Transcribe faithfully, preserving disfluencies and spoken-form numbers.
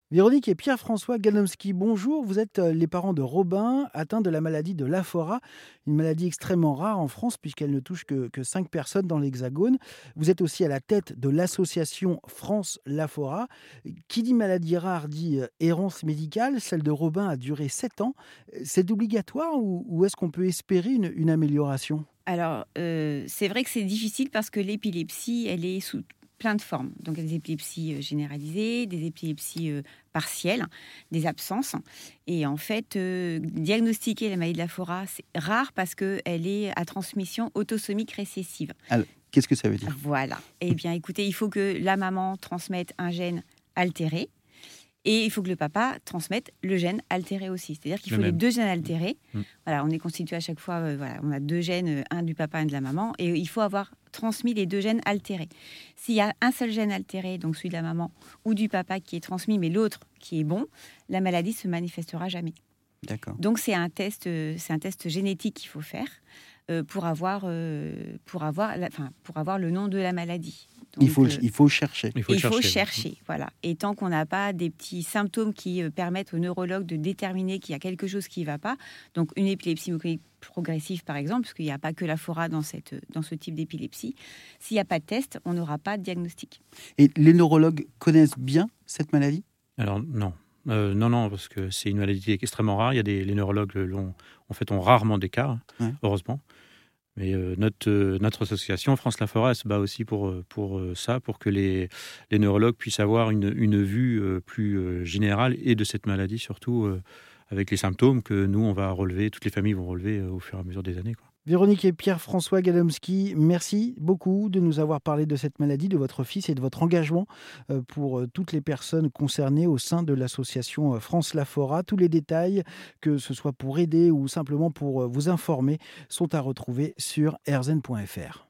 Véronique et Pierre-François Gadomski, bonjour. Vous êtes euh, les parents de Robin, atteint de la maladie de l'Afora, une maladie extrêmement rare en France puisqu'elle ne touche que, que cinq personnes dans l'Hexagone. Vous êtes aussi à la tête de l'association France Lafora. Qui dit maladie rare dit euh, errance médicale. Celle de Robin a duré sept ans. C'est obligatoire ou, ou est-ce qu'on peut espérer une, une amélioration? Alors, euh, c'est vrai que c'est difficile parce que l'épilepsie, elle est sous plein de formes. Donc, il y a des épilepsies euh, généralisées, des épilepsies euh, partielles, des absences. Et en fait, euh, diagnostiquer la maladie de l'Afora, c'est rare parce qu'elle est à transmission autosomique récessive. Alors, qu'est-ce que ça veut dire? Voilà. Eh bien, écoutez, il faut que la maman transmette un gène altéré. Et il faut que le papa transmette le gène altéré aussi. C'est-à-dire qu'il Le faut les même. deux gènes altérés. Mmh. Voilà, on est constitué à chaque fois, euh, voilà, on a deux gènes, euh, un du papa, un de la maman, et il faut avoir transmis les deux gènes altérés. S'il y a un seul gène altéré, donc celui de la maman ou du papa qui est transmis, mais l'autre qui est bon, la maladie se manifestera jamais. D'accord. Donc c'est un test, euh, c'est un test génétique qu'il faut faire euh, pour avoir, euh, pour avoir, la, enfin, pour avoir le nom de la maladie. Donc, il, faut, euh, il faut chercher. Il faut, il le faut chercher. chercher, voilà. Et tant qu'on n'a pas des petits symptômes qui euh, permettent au neurologue de déterminer qu'il y a quelque chose qui ne va pas, donc une épilepsie myoclonique progressive par exemple, parce qu'il n'y a pas que l'Afora dans, cette, dans ce type d'épilepsie, s'il n'y a pas de test, on n'aura pas de diagnostic. Et les neurologues connaissent bien cette maladie? Alors non. Euh, non, non, parce que c'est une maladie extrêmement rare. Il y a des, les neurologues l'ont, en fait, ont rarement des cas, Ouais. heureusement. Mais euh, notre, euh, notre association, France Lafora, elle se bat aussi pour, pour euh, ça, pour que les, les neurologues puissent avoir une, une vue euh, plus euh, générale et de cette maladie, surtout euh, avec les symptômes que nous, on va relever, toutes les familles vont relever euh, au fur et à mesure des années, quoi. Véronique et Pierre-François Gadomski, merci beaucoup de nous avoir parlé de cette maladie, de votre fils et de votre engagement euh, pour euh, toutes les personnes concernées au sein de l'association euh, France Lafora. Tous les détails, que ce soit pour aider ou simplement pour euh, vous informer, sont à retrouver sur r zen point f r.